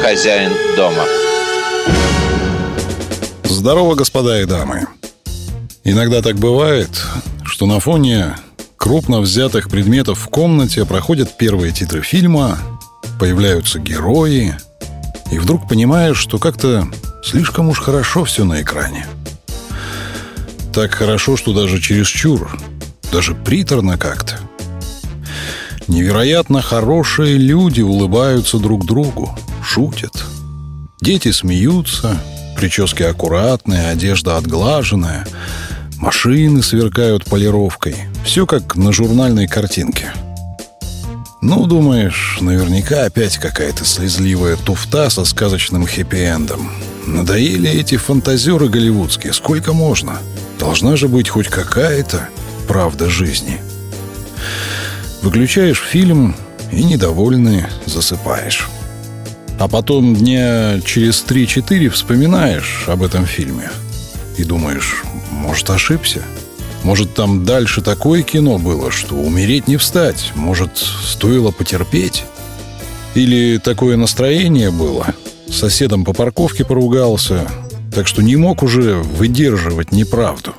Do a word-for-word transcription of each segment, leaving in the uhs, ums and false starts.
хозяин дома. Здорово, господа и дамы. Иногда так бывает, что на фоне крупно взятых предметов в комнате проходят первые титры фильма, появляются герои, и вдруг понимаешь, что как-то слишком уж хорошо все на экране. Так хорошо, что даже чересчур, даже приторно как-то. Невероятно хорошие люди улыбаются друг другу, шутят. Дети смеются, прически аккуратные, одежда отглаженная, машины сверкают полировкой. Все как на журнальной картинке. Ну, думаешь, наверняка опять какая-то слезливая туфта со сказочным хэппи-эндом. Надоели эти фантазеры голливудские, сколько можно? Должна же быть хоть какая-то правда жизни. Выключаешь фильм и, недовольный, засыпаешь. А потом дня через три-четыре вспоминаешь об этом фильме и думаешь, может, ошибся? Может, там дальше такое кино было, что умереть не встать? Может, стоило потерпеть? Или такое настроение было? С соседом по парковке поругался, так что не мог уже выдерживать неправду.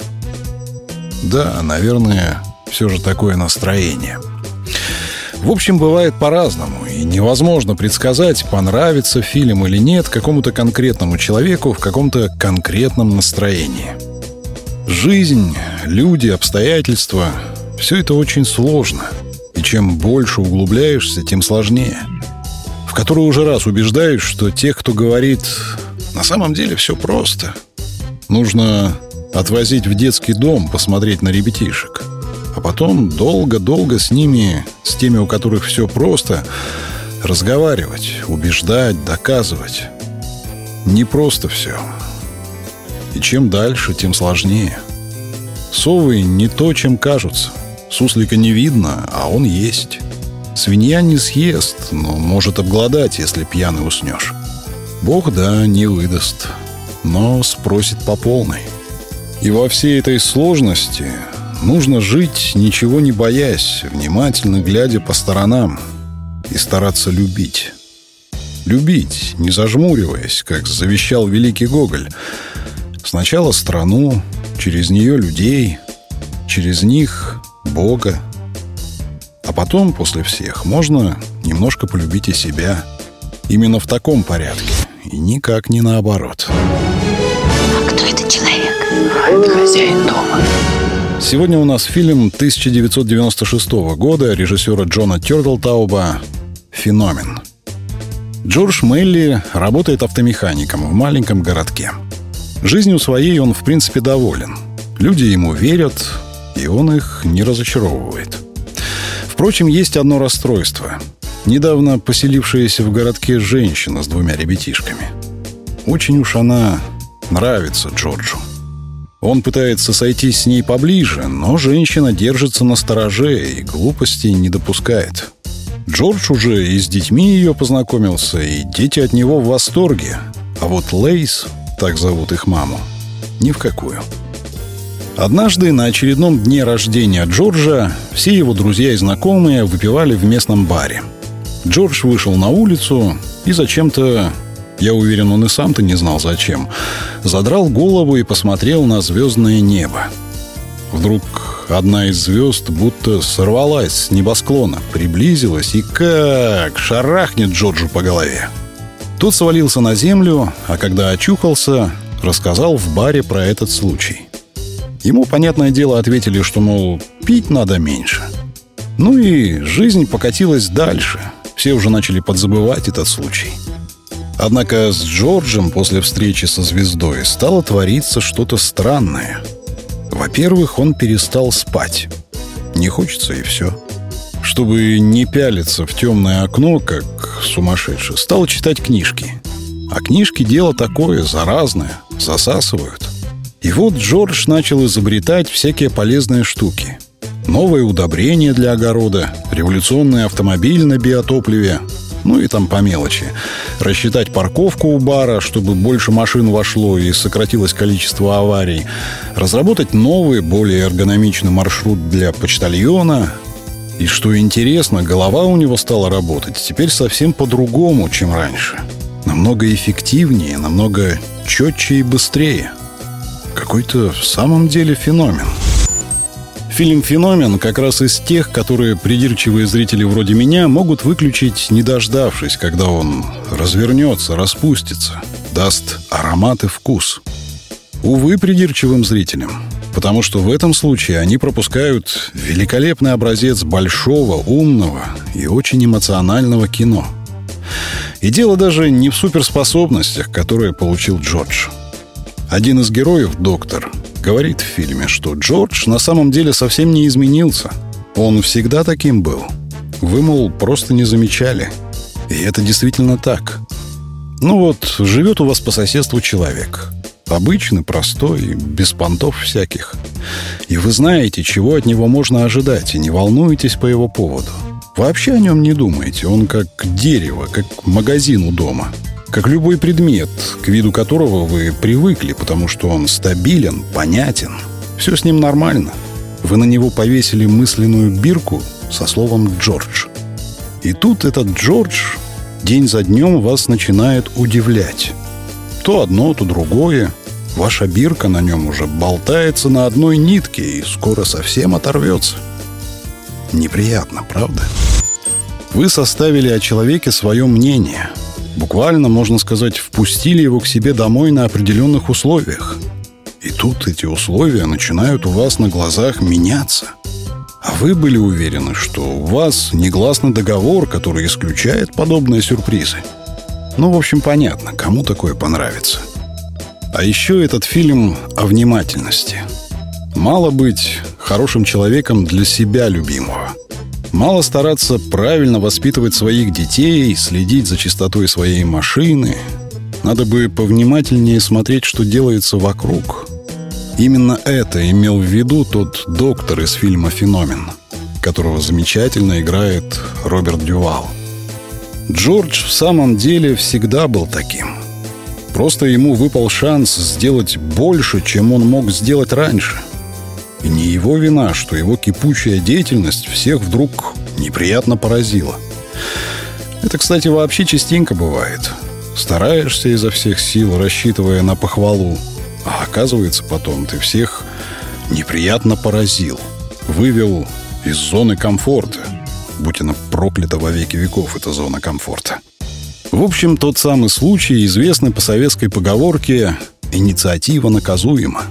Да, наверное, все же такое настроение. В общем, бывает по-разному, и невозможно предсказать, понравится фильм или нет какому-то конкретному человеку в каком-то конкретном настроении. Жизнь, люди, обстоятельства – все это очень сложно. И чем больше углубляешься, тем сложнее. В который уже раз убеждаюсь, что тех, кто говорит «на самом деле все просто», нужно отвозить в детский дом, посмотреть на ребятишек. А потом долго-долго с ними, с теми, у которых все просто, разговаривать, убеждать, доказывать. Не просто все. И чем дальше, тем сложнее. Совы не то, чем кажутся. Суслика не видно, а он есть. Свинья не съест, но может обглодать, если пьяный уснешь. Бог, да, не выдаст, но спросит по полной. И во всей этой сложности нужно жить, ничего не боясь, внимательно глядя по сторонам и стараться любить. Любить, не зажмуриваясь, как завещал великий Гоголь. Сначала страну, через нее людей, через них Бога. А потом, после всех, можно немножко полюбить и себя. Именно в таком порядке, и никак не наоборот. А кто этот человек? Хозяин дома. Сегодня у нас фильм тысяча девятьсот девяносто шестого года режиссера Джона Тёртлтауба «Феномен». Джордж Мелли работает автомехаником в маленьком городке. Жизнью своей он, в принципе, доволен. Люди ему верят, и он их не разочаровывает. Впрочем, есть одно расстройство. Недавно поселившаяся в городке женщина с двумя ребятишками. Очень уж она нравится Джорджу. Он пытается сойтись с ней поближе, но женщина держится настороже и глупостей не допускает. Джордж уже и с детьми ее познакомился, и дети от него в восторге. А вот Лейс, так зовут их маму, ни в какую. Однажды на очередном дне рождения Джорджа все его друзья и знакомые выпивали в местном баре. Джордж вышел на улицу и зачем-то, я уверен, он и сам-то не знал зачем, задрал голову и посмотрел на звездное небо. Вдруг одна из звезд будто сорвалась с небосклона, приблизилась и как шарахнет Джорджу по голове. Тот свалился на землю, а когда очухался, рассказал в баре про этот случай. Ему, понятное дело, ответили, что, мол, пить надо меньше. Ну и жизнь покатилась дальше. Все уже начали подзабывать этот случай. Однако с Джорджем после встречи со звездой стало твориться что-то странное. Во-первых, он перестал спать. Не хочется, и все. Чтобы не пялиться в темное окно, как сумасшедший, стал читать книжки. А книжки — дело такое, заразное, засасывают. И вот Джордж начал изобретать всякие полезные штуки. Новые удобрения для огорода, революционный автомобиль на биотопливе, ну и там по мелочи. Рассчитать парковку у бара, чтобы больше машин вошло и сократилось количество аварий. Разработать новый, более эргономичный маршрут для почтальона. И что интересно, голова у него стала работать теперь совсем по-другому, чем раньше. намного эффективнее, намного четче и быстрее. Какой-то в самом деле феномен. Фильм «Феномен» как раз из тех, которые придирчивые зрители вроде меня могут выключить, не дождавшись, когда он развернется, распустится, даст аромат и вкус. Увы, придирчивым зрителям, потому что в этом случае они пропускают великолепный образец большого, умного и очень эмоционального кино. И дело даже не в суперспособностях, которые получил Джордж. Один из героев, доктор, говорит в фильме, что Джордж на самом деле совсем не изменился. Он всегда таким был. Вы, мол, просто не замечали. И это действительно так. Ну вот, живет у вас по соседству человек. Обычный, простой, без понтов всяких. И вы знаете, чего от него можно ожидать, и не волнуетесь по его поводу. Вообще о нем не думаете. Он как дерево, как магазин у дома. Как любой предмет, к виду которого вы привыкли, потому что он стабилен, понятен. Все с ним нормально. Вы на него повесили мысленную бирку со словом «Джордж». И тут этот Джордж день за днем вас начинает удивлять. То одно, то другое. Ваша бирка на нем уже болтается на одной нитке и скоро совсем оторвется. Неприятно, правда? Вы составили о человеке свое мнение. Буквально, можно сказать, впустили его к себе домой на определенных условиях. И тут эти условия начинают у вас на глазах меняться. А вы были уверены, что у вас негласный договор, который исключает подобные сюрпризы. Ну, в общем, понятно, кому такое понравится. А еще этот фильм о внимательности. Мало быть хорошим человеком для себя любимого. Мало стараться правильно воспитывать своих детей, следить за чистотой своей машины. Надо бы повнимательнее смотреть, что делается вокруг. Именно это имел в виду тот доктор из фильма «Феномен», которого замечательно играет Роберт Дювал. Джордж в самом деле всегда был таким. Просто ему выпал шанс сделать больше, чем он мог сделать раньше. И не его вина, что его кипучая деятельность всех вдруг неприятно поразила. Это, кстати, вообще частенько бывает. Стараешься изо всех сил, рассчитывая на похвалу, а оказывается потом ты всех неприятно поразил, вывел из зоны комфорта. Будь она проклята во веки веков, эта зона комфорта. В общем, тот самый случай, известный по советской поговорке «инициатива наказуема».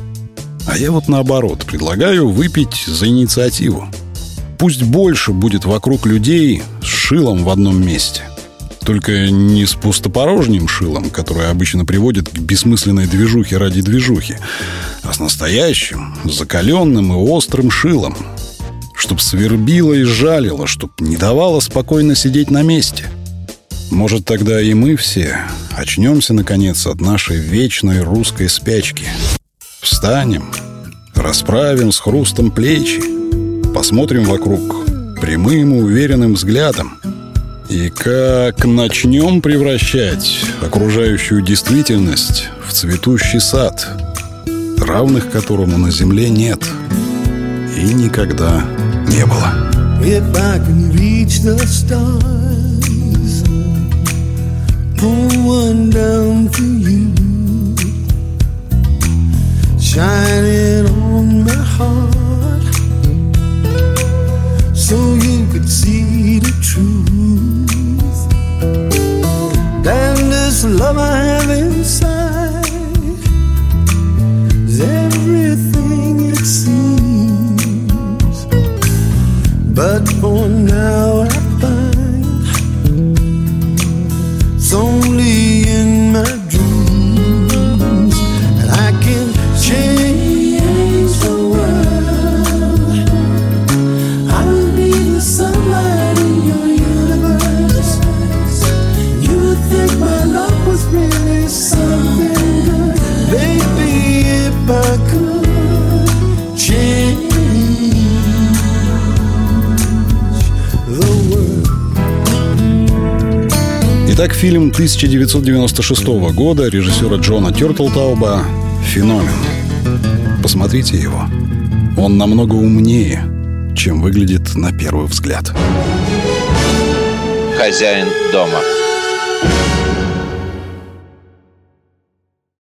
А я вот наоборот предлагаю выпить за инициативу. Пусть больше будет вокруг людей с шилом в одном месте. Только не с пустопорожним шилом, которое обычно приводит к бессмысленной движухе ради движухи, а с настоящим, закаленным и острым шилом. Чтоб свербило и жалило, чтоб не давало спокойно сидеть на месте. Может, тогда и мы все очнемся, наконец, от нашей вечной русской спячки. Встанем, расправим с хрустом плечи, посмотрим вокруг прямым и уверенным взглядом и как начнем превращать окружающую действительность в цветущий сад, равных которому на земле нет и никогда не было. If I can reach the stars, pull one down for you, shine it on my heart, so you could see the truth. Damn, this love I have inside is everything it seems. But for now I find it's only in my dreams that I can change the world. I will be the sunlight in your universe. You would think my love was really something good. Baby, if I could change the world. Итак, фильм тысяча девятьсот девяносто шестого года режиссера Джона Тёртлтауба «Феномен». Посмотрите его. Он намного умнее, чем выглядит на первый взгляд. Хозяин дома.